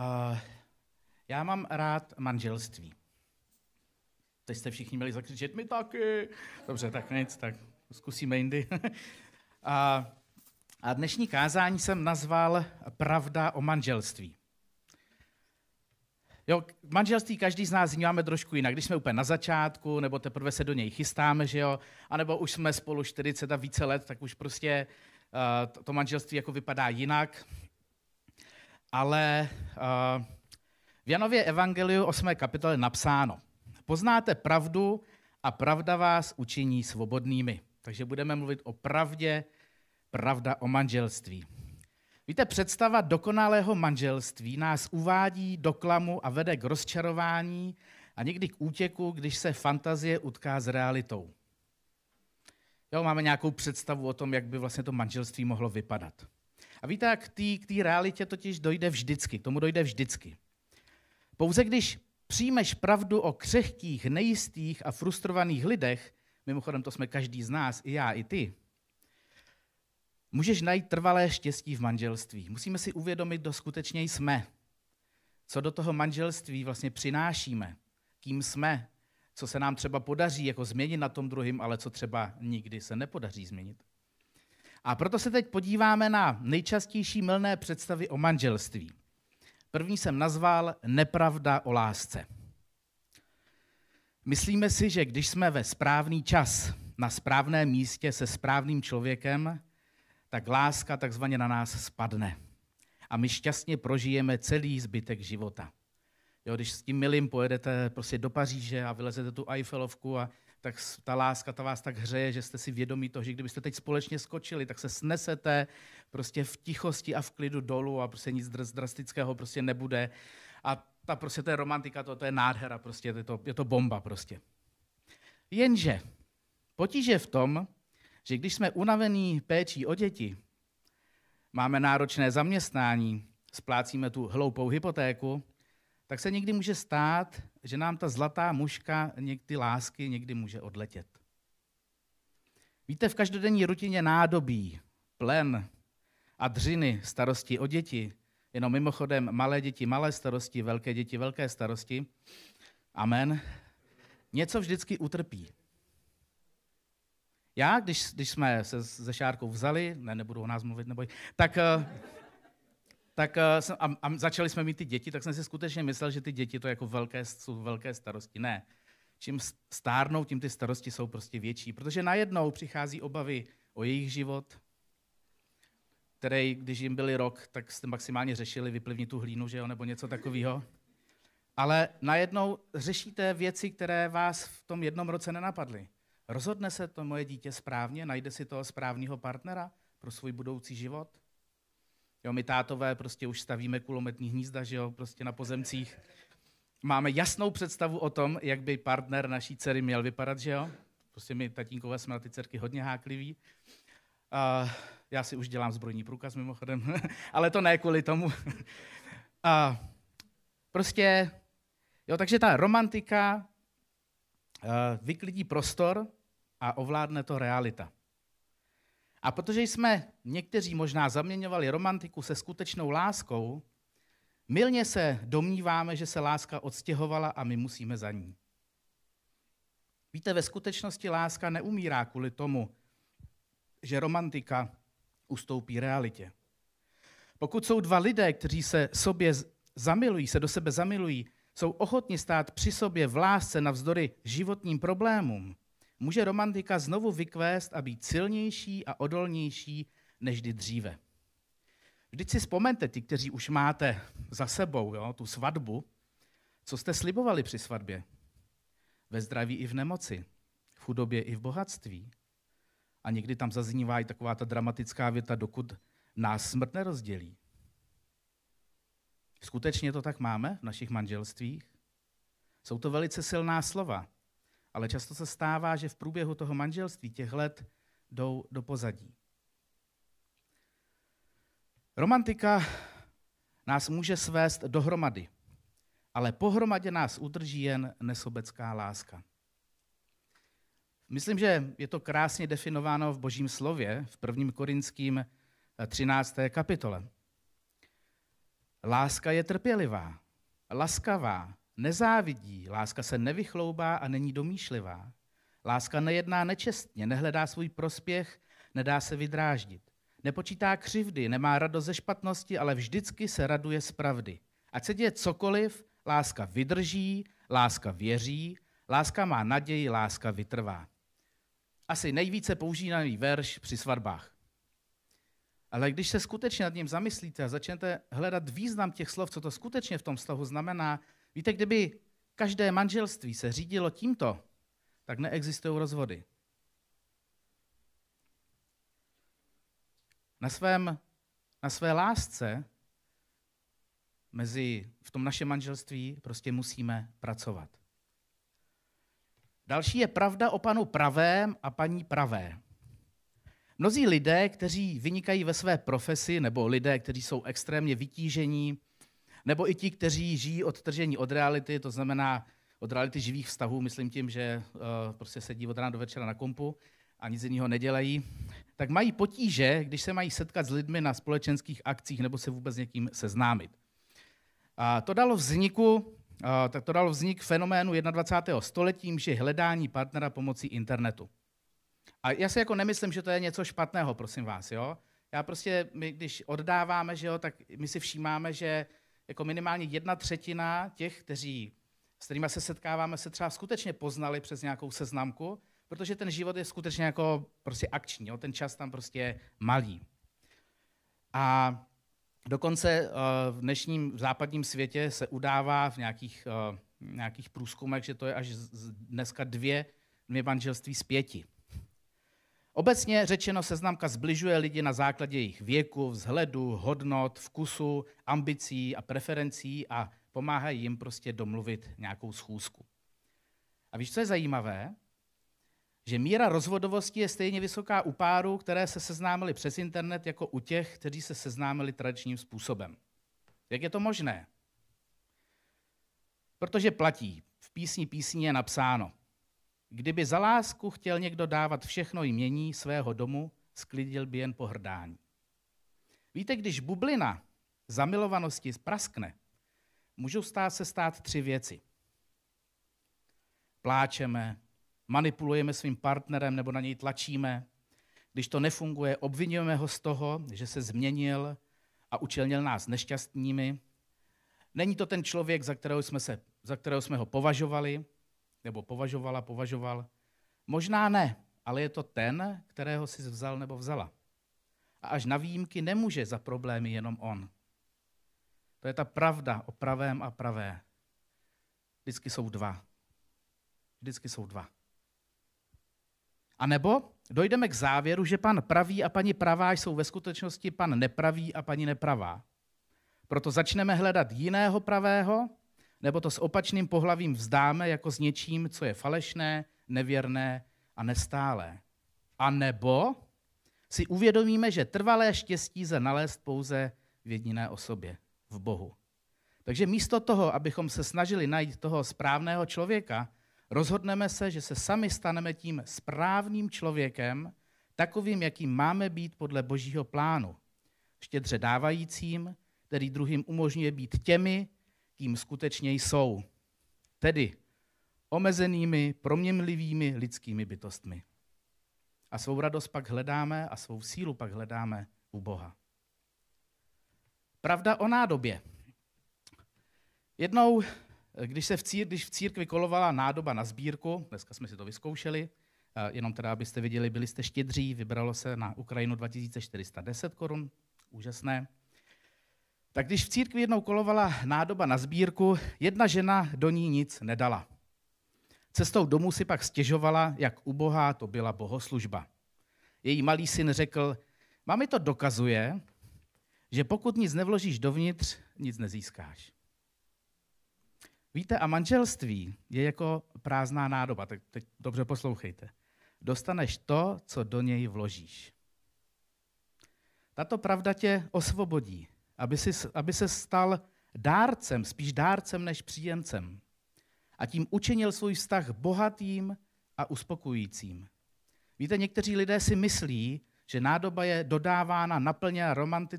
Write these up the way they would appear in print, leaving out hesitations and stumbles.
Já mám rád manželství. Teď jste všichni měli zakřičet, my taky. Dobře, tak nic, tak zkusíme jindy. A dnešní kázání jsem nazval Pravda o manželství. Jo, manželství každý z nás vnímáme trošku jinak. Když jsme úplně na začátku, nebo teprve se do něj chystáme, že jo, anebo už jsme spolu 40 a více let, tak už prostě to manželství jako vypadá jinak. Ale v Janově evangeliu 8. kapitole napsáno: Poznáte pravdu a pravda vás učiní svobodnými. Takže budeme mluvit o pravdě, pravda o manželství. Víte, představa dokonalého manželství nás uvádí do klamu a vede k rozčarování a někdy k útěku, když se fantazie utká s realitou. Jo, máme nějakou představu o tom, jak by vlastně to manželství mohlo vypadat. A víte, jak k té realitě totiž dojde vždycky, k tomu dojde vždycky. Pouze když přijmeš pravdu o křehkých, nejistých a frustrovaných lidech, mimochodem to jsme každý z nás, i já, i ty, můžeš najít trvalé štěstí v manželství. Musíme si uvědomit, kdo skutečně jsme. Co do toho manželství vlastně přinášíme. Kým jsme. Co se nám třeba podaří jako změnit na tom druhým, ale co třeba nikdy se nepodaří změnit. A proto se teď podíváme na nejčastější mylné představy o manželství. První jsem nazval nepravda o lásce. Myslíme si, že když jsme ve správný čas, na správném místě se správným člověkem, tak láska takzvaně na nás spadne. A my šťastně prožijeme celý zbytek života. Jo, když s tím milým pojedete prostě do Paříže a vylezete tu Eiffelovku, tak ta láska ta vás tak hřeje, že jste si vědomí toho, že kdybyste teď společně skočili, tak se snesete prostě v tichosti a v klidu dolů a prostě nic drastického prostě nebude. A to je romantika, to je nádhera, prostě, je to bomba prostě. Jenže potíž je v tom, že když jsme unavení péčí o děti, máme náročné zaměstnání, splácíme tu hloupou hypotéku, tak se někdy může stát, že nám ta zlatá muška někdy lásky někdy může odletět. Víte, v každodenní rutině nádobí, plen a dřiny, starosti o děti, jenom mimochodem malé děti, malé starosti, velké děti, velké starosti, amen, něco vždycky utrpí. Já, když jsme se se Šárkou vzali, nebudu o nás mluvit, neboj, a začali jsme mít ty děti, tak jsem si skutečně myslel, že ty děti to jako jsou velké starosti. Ne. Čím stárnou, tím ty starosti jsou prostě větší, protože najednou přichází obavy o jejich život, který, když jim byli rok, tak jste maximálně řešili vyplivnit tu hlínu, že jo, nebo něco takového. Ale najednou řešíte věci, které vás v tom jednom roce nenapadly. Rozhodne se to moje dítě správně, najde si toho správného partnera pro svůj budoucí život? Jo, my tátové prostě už stavíme kulometní hnízda, že jo, prostě na pozemcích. Máme jasnou představu o tom, jak by partner naší dcery měl vypadat, že jo? Prostě my tatínkové jsme na ty dcerky hodně hákliví. Já si už dělám zbrojní průkaz mimochodem, ale to ne kvůli tomu. Prostě, jo, takže ta romantika vyklidí prostor a ovládne to realita. A protože jsme někteří možná zaměňovali romantiku se skutečnou láskou, mylně se domníváme, že se láska odstěhovala a my musíme za ní. Víte, ve skutečnosti láska neumírá kvůli tomu, že romantika ustoupí realitě. Pokud jsou dva lidé, kteří se do sebe zamilují, jsou ochotni stát při sobě v lásce navzdory životním problémům, může romantika znovu vykvést a být silnější a odolnější než kdy dříve. Vždyť si vzpomeňte, ty, kteří už máte za sebou, jo, tu svatbu, co jste slibovali při svatbě. Ve zdraví i v nemoci, v chudobě i v bohatství. A někdy tam zaznívá i taková ta dramatická věta, dokud nás smrt nerozdělí. Skutečně to tak máme v našich manželstvích? Jsou to velice silná slova, ale často se stává, že v průběhu toho manželství těch let jdou do pozadí. Romantika nás může svést dohromady, ale pohromadě nás udrží jen nesobecká láska. Myslím, že je to krásně definováno v Božím slově v 1. Korinským 13. kapitole. Láska je trpělivá, laskavá, nezávidí, láska se nevychloubá a není domýšlivá. Láska nejedná nečestně, nehledá svůj prospěch, nedá se vydráždit. Nepočítá křivdy, nemá radost ze špatnosti, ale vždycky se raduje z pravdy. Ať se děje cokoliv, láska vydrží, láska věří, láska má naději, láska vytrvá. Asi nejvíce používaný verš při svatbách. Ale když se skutečně nad ním zamyslíte a začnete hledat význam těch slov, co to skutečně v tom vztahu znamená, víte, kdyby každé manželství se řídilo tímto, tak neexistují rozvody. Na své lásce v tom našem manželství prostě musíme pracovat. Další je pravda o panu pravém a paní pravé. Mnozí lidé, kteří vynikají ve své profesi, nebo lidé, kteří jsou extrémně vytížení, nebo i ti, kteří žijí odtržení od reality, to znamená od reality živých vztahů, myslím tím, že prostě sedí od rána do večera na kompu a nic jiného nedělají, tak mají potíže, když se mají setkat s lidmi na společenských akcích nebo se vůbec s někým seznámit. A to dalo vznik fenoménu 21. století, že hledání partnera pomocí internetu. A já si jako nemyslím, že to je něco špatného, prosím vás, jo? My když oddáváme, že jo, tak my si všímáme, že jako minimálně 1/3 těch, s kterými se setkáváme, se třeba skutečně poznali přes nějakou seznamku, protože ten život je skutečně jako prostě akční, jo? Ten čas tam prostě je malý. A dokonce v dnešním západním světě se udává v nějakých průzkumech, že to je až dneska dvě manželství z 5. Obecně řečeno seznamka sbližuje lidi na základě jejich věku, vzhledu, hodnot, vkusu, ambicí a preferencí a pomáhají jim prostě domluvit nějakou schůzku. A víš, co je zajímavé? Že míra rozvodovosti je stejně vysoká u párů, které se seznámili přes internet, jako u těch, kteří se seznámili tradičním způsobem. Jak je to možné? Protože platí, v písni je napsáno: kdyby za lásku chtěl někdo dávat všechno jmění svého domu, sklidil by jen pohrdání. Víte, když bublina zamilovanosti praskne, můžou se stát 3 věci. Pláčeme, manipulujeme svým partnerem nebo na něj tlačíme. Když to nefunguje, obvinujeme ho z toho, že se změnil a učinil nás nešťastnými. Není to ten člověk, za kterého jsme ho považovali, nebo považoval. Možná ne, ale je to ten, kterého jsi vzal nebo vzala. A až na výjimky nemůže za problémy jenom on. To je ta pravda o pravém a pravé. Vždycky jsou dva. A nebo dojdeme k závěru, že pan pravý a paní pravá jsou ve skutečnosti pan nepravý a paní nepravá. Proto začneme hledat jiného pravého, nebo to s opačným pohlavím vzdáme jako s něčím, co je falešné, nevěrné a nestálé. A nebo si uvědomíme, že trvalé štěstí lze nalézt pouze v jediné osobě, v Bohu. Takže místo toho, abychom se snažili najít toho správného člověka, rozhodneme se, že se sami staneme tím správným člověkem, takovým, jakým máme být podle Božího plánu. Štědře dávajícím, který druhým umožňuje být těmi, kým skutečně jsou. Tedy omezenými, proměnlivými lidskými bytostmi. A svou radost pak hledáme a svou sílu pak hledáme u Boha. Pravda o nádobě. Jednou, když v církvi kolovala nádoba na sbírku, dneska jsme si to vyzkoušeli, jenom teda, abyste viděli, byli jste štědří, vybralo se na Ukrajinu 2410 korun, úžasné. Tak když v církvi jednou kolovala nádoba na sbírku, jedna žena do ní nic nedala. Cestou domů si pak stěžovala, jak ubohá to byla bohoslužba. Její malý syn řekl: mami, to dokazuje, že pokud nic nevložíš dovnitř, nic nezískáš. Víte, a manželství je jako prázdná nádoba, tak teď dobře poslouchejte. Dostaneš to, co do něj vložíš. Tato pravda tě osvobodí, aby se stal dárcem, spíš dárcem než příjemcem. A tím učinil svůj vztah bohatým a uspokojujícím. Víte, někteří lidé si myslí, že nádoba je dodávána, naplněna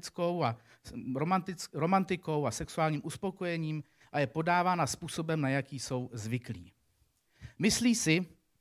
romantikou a sexuálním uspokojením a je podávána způsobem, na jaký jsou zvyklí. Myslí si,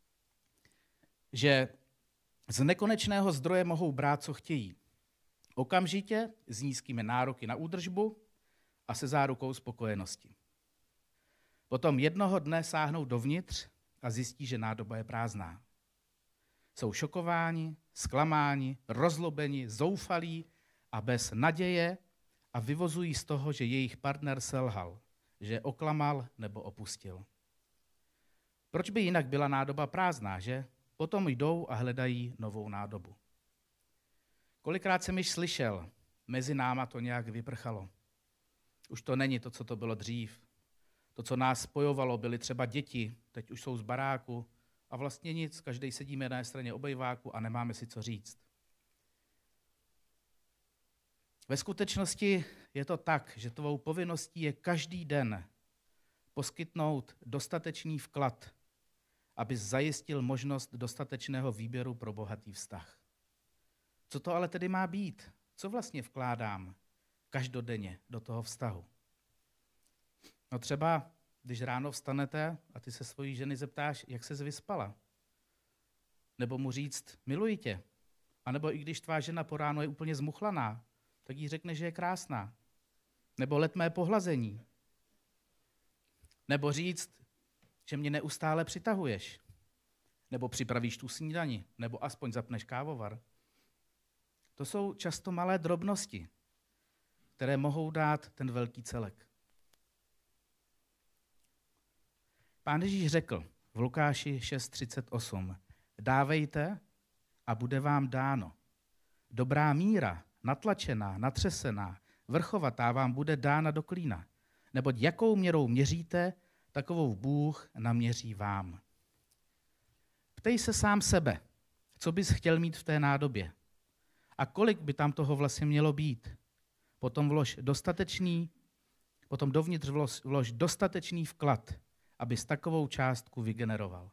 že z nekonečného zdroje mohou brát, co chtějí. Okamžitě s nízkými nároky na údržbu a se zárukou spokojenosti. Potom jednoho dne sáhnou dovnitř a zjistí, že nádoba je prázdná. Jsou šokováni, zklamáni, rozlobeni, zoufalí a bez naděje a vyvozují z toho, že jejich partner selhal, že oklamal nebo opustil. Proč by jinak byla nádoba prázdná, že? Potom jdou a hledají novou nádobu. Kolikrát jsem již slyšel, mezi náma to nějak vyprchalo. Už to není to, co to bylo dřív. To, co nás spojovalo, byly třeba děti, teď už jsou z baráku a vlastně nic, každý sedíme na straně obejváku a nemáme si co říct. Ve skutečnosti je to tak, že tvou povinností je každý den poskytnout dostatečný vklad, aby zajistil možnost dostatečného výběru pro bohatý vztah. Co to ale tedy má být? Co vlastně vkládám každodenně do toho vztahu? No třeba, když ráno vstanete a ty se svojí ženy zeptáš, jak ses vyspala. Nebo mu říct, miluji tě. A nebo i když tvá žena po ránu je úplně zmuchlaná, tak jí řekne, že je krásná. Nebo letmé pohlazení. Nebo říct, že mě neustále přitahuješ. Nebo připravíš tu snídani. Nebo aspoň zapneš kávovar. To jsou často malé drobnosti, které mohou dát ten velký celek. Pán Ježíš řekl v Lukáši 6:38, dávejte a bude vám dáno. Dobrá míra, natlačená, natřesená, vrchovatá vám bude dána do klína. Neboť jakou měrou měříte, takovou Bůh naměří vám. Ptej se sám sebe, co bys chtěl mít v té nádobě. A kolik by tam toho vlastně mělo být? Potom dovnitř vlož dostatečný vklad, abys takovou částku vygeneroval.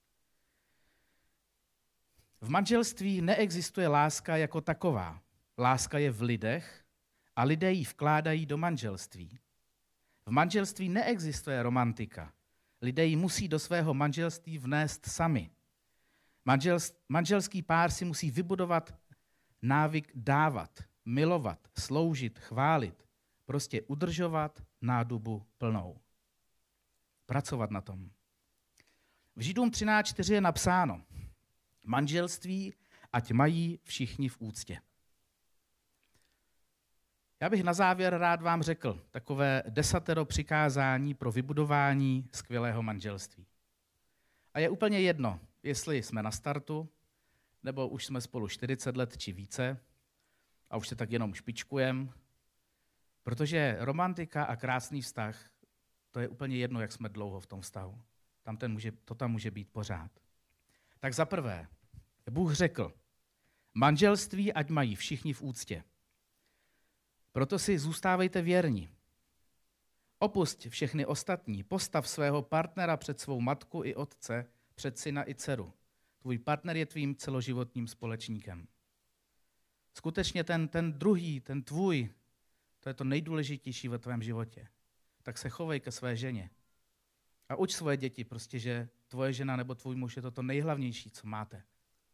V manželství neexistuje láska jako taková. Láska je v lidech a lidé ji vkládají do manželství. V manželství neexistuje romantika. Lidé ji musí do svého manželství vnést sami. Manželský pár si musí vybudovat návyk dávat, milovat, sloužit, chválit, prostě udržovat nádobu plnou. Pracovat na tom. V Židům 13:4 je napsáno, manželství ať mají všichni v úctě. Já bych na závěr rád vám řekl takové 10 přikázání pro vybudování skvělého manželství. A je úplně jedno, jestli jsme na startu, nebo už jsme spolu 40 let či více a už se tak jenom špičkujeme, protože romantika a krásný vztah, to je úplně jedno, jak jsme dlouho v tom vztahu. To tam může být pořád. Tak za prvé, Bůh řekl, manželství ať mají všichni v úctě. Proto si zůstávejte věrní. Opusť všechny ostatní, postav svého partnera před svou matku i otce, před syna i dceru. Tvůj partner je tvým celoživotním společníkem. Skutečně ten druhý, ten tvůj, to je to nejdůležitější ve tvém životě. Tak se chovej ke své ženě. A uč svoje děti prostě, že tvoje žena nebo tvůj muž je to nejhlavnější, co máte.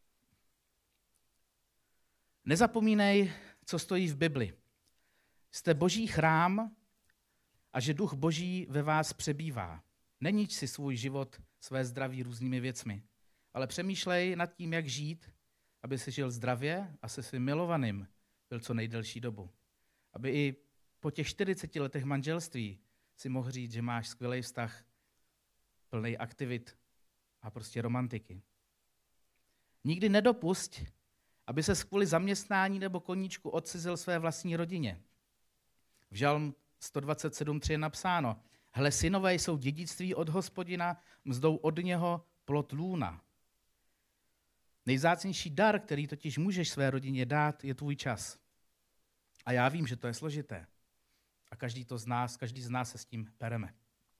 Nezapomínej, co stojí v Bibli. Jste Boží chrám a že duch Boží ve vás přebývá. Neníč si svůj život, své zdraví různými věcmi, ale přemýšlej nad tím, jak žít, aby si žil zdravě a se svým milovaným byl co nejdelší dobu. Aby i po těch 40 letech manželství si mohl říct, že máš skvělý vztah, plný aktivit a prostě romantiky. Nikdy nedopusť, aby se kvůli zaměstnání nebo koníčku odcizil své vlastní rodině. V Žalm 127:3 je napsáno, hle, synové jsou dědictví od Hospodina, mzdou od něho plod lůna. Nejvzácnější dar, který totiž můžeš své rodině dát, je tvůj čas. A já vím, že to je složité. A každý z nás se s tím pereme.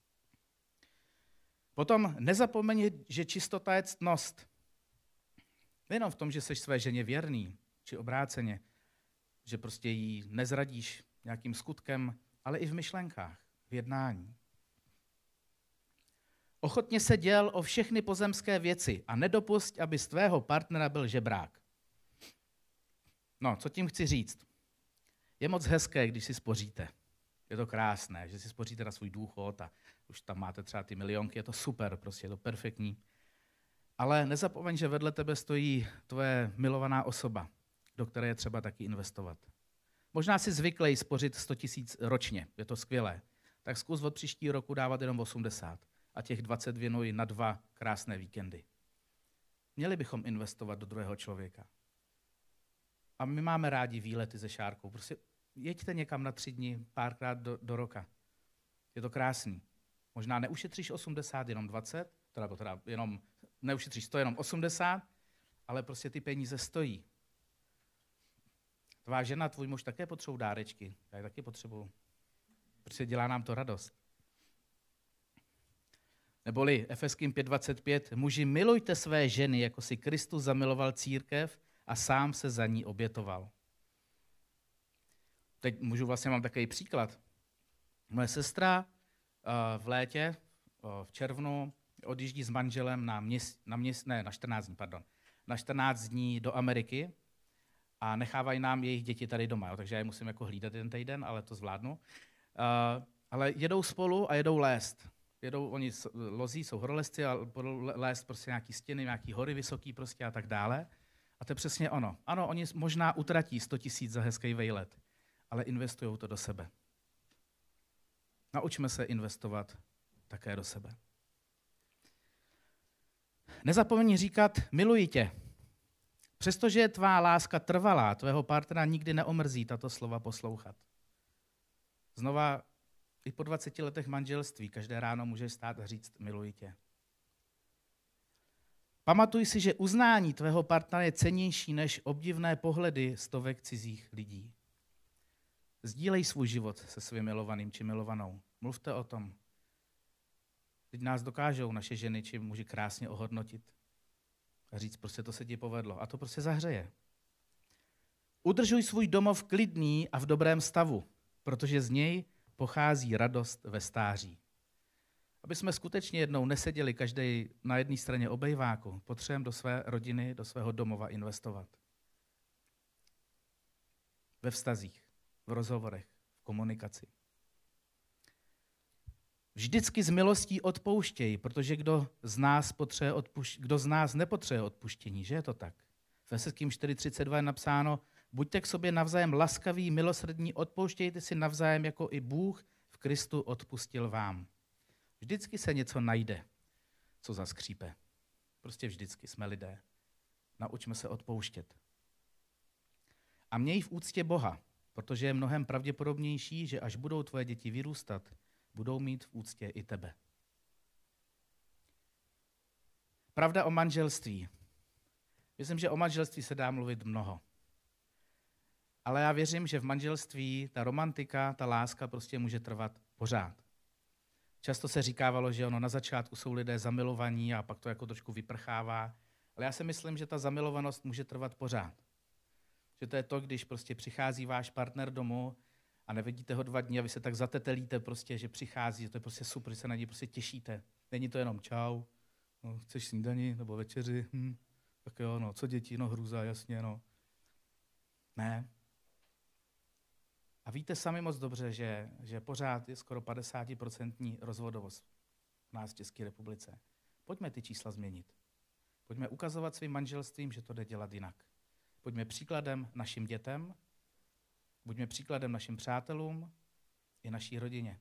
Potom nezapomeň, že čistota je ctnost. Nejenom v tom, že jsi své ženě věrný, či obráceně, že prostě ji nezradíš nějakým skutkem, ale i v myšlenkách, v jednání. Ochotně se děl o všechny pozemské věci a nedopusť, aby z tvého partnera byl žebrák. No, co tím chci říct? Je moc hezké, když si spoříte. Je to krásné, že si spoříte na svůj důchod a už tam máte třeba ty milionky, je to super, prostě je to perfektní. Ale nezapomeň, že vedle tebe stojí tvoje milovaná osoba, do které je třeba taky investovat. Možná si zvyklej spořit 100 000 ročně, je to skvělé. Tak zkus od příštího roku dávat jenom 80 a těch 20 věnuj na 2 krásné víkendy. Měli bychom investovat do druhého člověka. A my máme rádi výlety se Šárkou. Prostě jeďte někam na 3 dny, párkrát do roka. Je to krásný. Možná neušetříš 80, jenom 20, teda jenom neušetříš 100, jenom 80, ale prostě ty peníze stojí. Tvá žena, tvůj muž také potřebují dárečky. Já je taky potřebuju. Protože dělá nám to radost. Neboli Efeským 5:25, muži, milujte své ženy, jako si Kristus zamiloval církev a sám se za ní obětoval. Teď mám takový příklad. Moje sestra v létě, v červnu, odjíždí s manželem na 14 dní do Ameriky a nechávají nám jejich děti tady doma. Jo, takže já je musím jako hlídat jeden týden, ale to zvládnu. Ale jedou spolu a jedou lézt. Oni lozí, jsou horolezci a budou lézt prostě nějaký stěny, nějaký hory vysoký prostě a tak dále. A to je přesně ono. Ano, oni možná utratí 100 000 za hezký vejlet, ale investují to do sebe. Naučme se investovat také do sebe. Nezapomeň říkat miluji tě. Přestože je tvá láska trvalá, tvého partnera nikdy neomrzí tato slova poslouchat. Znova, i po 20 letech manželství každé ráno můžeš stát a říct miluji tě. Pamatuj si, že uznání tvého partnera je cennější než obdivné pohledy stovek cizích lidí. Sdílej svůj život se svým milovaným či milovanou. Mluvte o tom. Teď nás dokážou naše ženy či muži krásně ohodnotit a říct, prostě to se ti povedlo. A to prostě zahřeje. Udržuj svůj domov klidný a v dobrém stavu, protože z něj pochází radost ve stáří. Aby jsme skutečně jednou neseděli každý na jedné straně obejváku, potřebujeme do své rodiny, do svého domova investovat. Ve vztazích, v rozhovorech, v komunikaci. Vždycky z milostí odpouštěj, protože kdo z nás nepotřebuje odpuštění, že je to tak? V Efeským 4:32 je napsáno, buďte k sobě navzájem laskaví, milosrdní, odpouštějte si navzájem, jako i Bůh v Kristu odpustil vám. Vždycky se něco najde, co zaskřípe. Prostě vždycky jsme lidé. Naučme se odpouštět. A měj v úctě Boha, protože je mnohem pravděpodobnější, že až budou tvoje děti vyrůstat, budou mít v úctě i tebe. Pravda o manželství. Myslím, že o manželství se dá mluvit mnoho. Ale já věřím, že v manželství ta romantika, ta láska prostě může trvat pořád. Často se říkávalo, že na začátku jsou lidé zamilovaní a pak to jako trošku vyprchává. Ale já si myslím, že ta zamilovanost může trvat pořád. Že to je to, když prostě přichází váš partner domů a nevidíte ho 2 dny a vy se tak zatetelíte prostě, že přichází, že to je prostě super, že se na něj prostě těšíte. Není to jenom čau, no, chceš snídani nebo večeři, tak jo, no, co děti, no hrůza, jasně, no. Ne. A víte sami moc dobře, že pořád je skoro 50% rozvodovost v nás v České republice. Pojďme ty čísla změnit. Pojďme ukazovat svým manželstvím, že to jde dělat jinak. Pojďme příkladem našim dětem, buďme příkladem našim přátelům i naší rodině.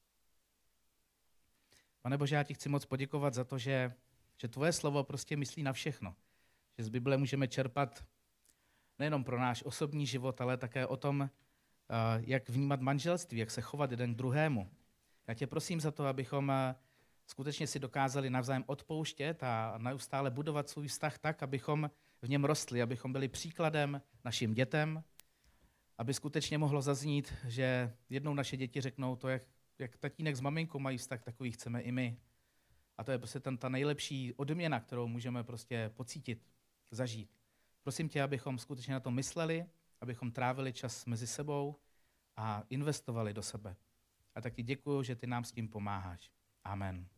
Pane Bože, já ti chci moc poděkovat za to, že tvoje slovo prostě myslí na všechno. Že z Bible můžeme čerpat nejenom pro náš osobní život, ale také o tom, jak vnímat manželství, jak se chovat jeden k druhému. Já tě prosím za to, abychom skutečně si dokázali navzájem odpouštět a neustále budovat svůj vztah tak, abychom v něm rostli, abychom byli příkladem našim dětem, aby skutečně mohlo zaznít, že jednou naše děti řeknou to, jak tatínek s maminkou mají vztah, takový chceme i my. A to je prostě ta nejlepší odměna, kterou můžeme prostě pocítit, zažít. Prosím tě, abychom skutečně na to mysleli, abychom trávili čas mezi sebou a investovali do sebe. A taky děkuju, že ty nám s tím pomáháš. Amen.